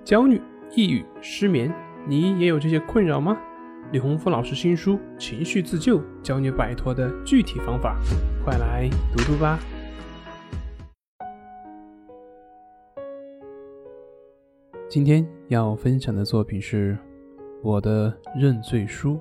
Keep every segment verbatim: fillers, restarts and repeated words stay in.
焦虑、抑郁、失眠，你也有这些困扰吗？李洪福老师新书《情绪自救》教你摆脱的具体方法，快来读读吧。今天要分享的作品是我的认罪书。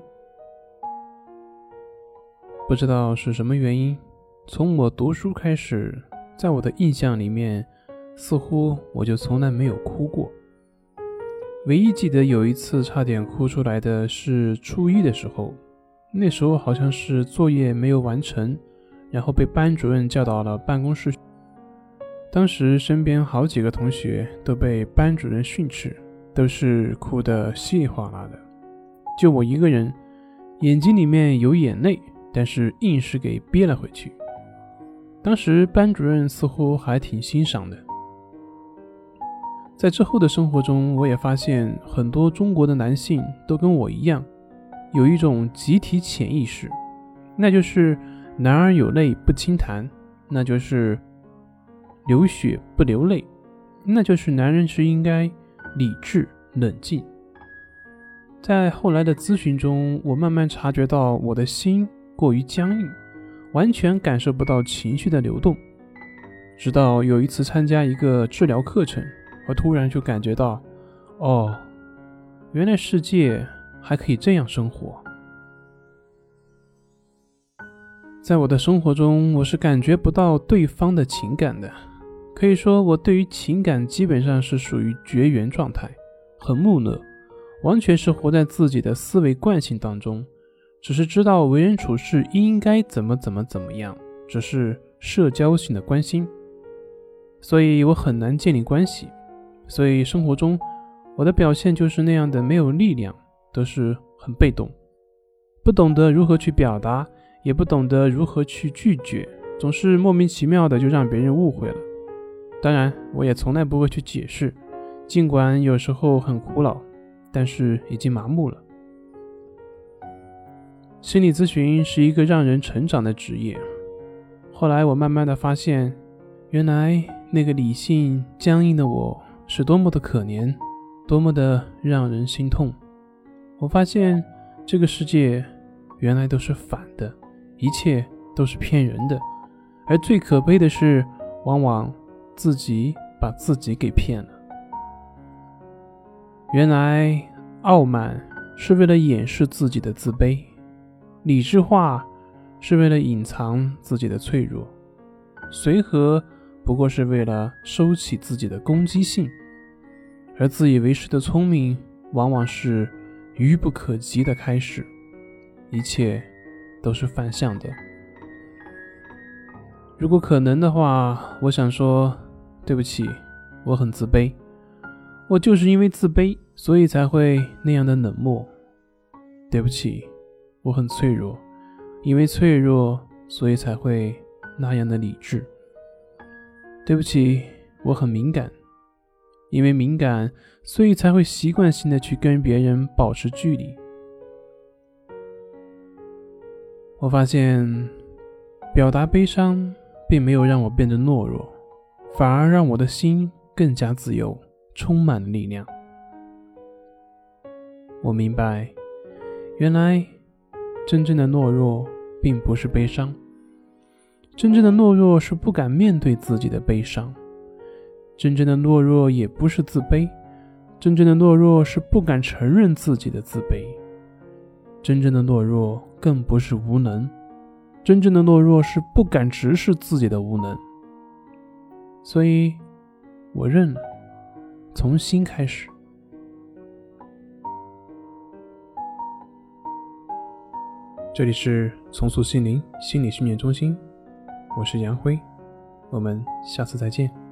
不知道是什么原因，从我读书开始，在我的印象里面，似乎我就从来没有哭过。唯一记得有一次差点哭出来的是初一的时候，那时候好像是作业没有完成，然后被班主任叫到了办公室。当时身边好几个同学都被班主任训斥，都是哭得稀里哗啦的，就我一个人，眼睛里面有眼泪，但是硬是给憋了回去。当时班主任似乎还挺欣赏的。在之后的生活中，我也发现很多中国的男性都跟我一样，有一种集体潜意识，那就是男儿有泪不轻弹，那就是流血不流泪，那就是男人是应该理智冷静。在后来的咨询中，我慢慢察觉到我的心过于僵硬，完全感受不到情绪的流动。直到有一次参加一个治疗课程，我突然就感觉到，哦，原来世界还可以这样生活。在我的生活中，我是感觉不到对方的情感的，可以说我对于情感基本上是属于绝缘状态，很木讷，完全是活在自己的思维惯性当中，只是知道为人处事应该怎么怎么怎么样，只是社交性的关心，所以我很难建立关系。所以生活中我的表现就是那样的没有力量，都是很被动，不懂得如何去表达，也不懂得如何去拒绝，总是莫名其妙的就让别人误会了。当然我也从来不会去解释，尽管有时候很苦恼，但是已经麻木了。心理咨询是一个让人成长的职业，后来我慢慢的发现，原来那个理性僵硬的我是多么的可怜，多么的让人心痛。我发现这个世界原来都是反的，一切都是骗人的，而最可悲的是，往往自己把自己给骗了。原来傲慢是为了掩饰自己的自卑，理智化是为了隐藏自己的脆弱，随和不过是为了收起自己的攻击性，而自以为是的聪明往往是愚不可及的开始，一切都是反向的。如果可能的话，我想说，对不起，我很自卑，我就是因为自卑，所以才会那样的冷漠。对不起，我很脆弱，因为脆弱，所以才会那样的理智。对不起，我很敏感，因为敏感，所以才会习惯性的去跟别人保持距离。我发现，表达悲伤并没有让我变得懦弱，反而让我的心更加自由，充满了力量。我明白，原来真正的懦弱并不是悲伤，真正的懦弱是不敢面对自己的悲伤，真正的懦弱也不是自卑，真正的懦弱是不敢承认自己的自卑，真正的懦弱更不是无能，真正的懦弱是不敢直视自己的无能。所以我认了，从心开始。这里是重塑心灵心理训练中心，我是杨辉，我们下次再见。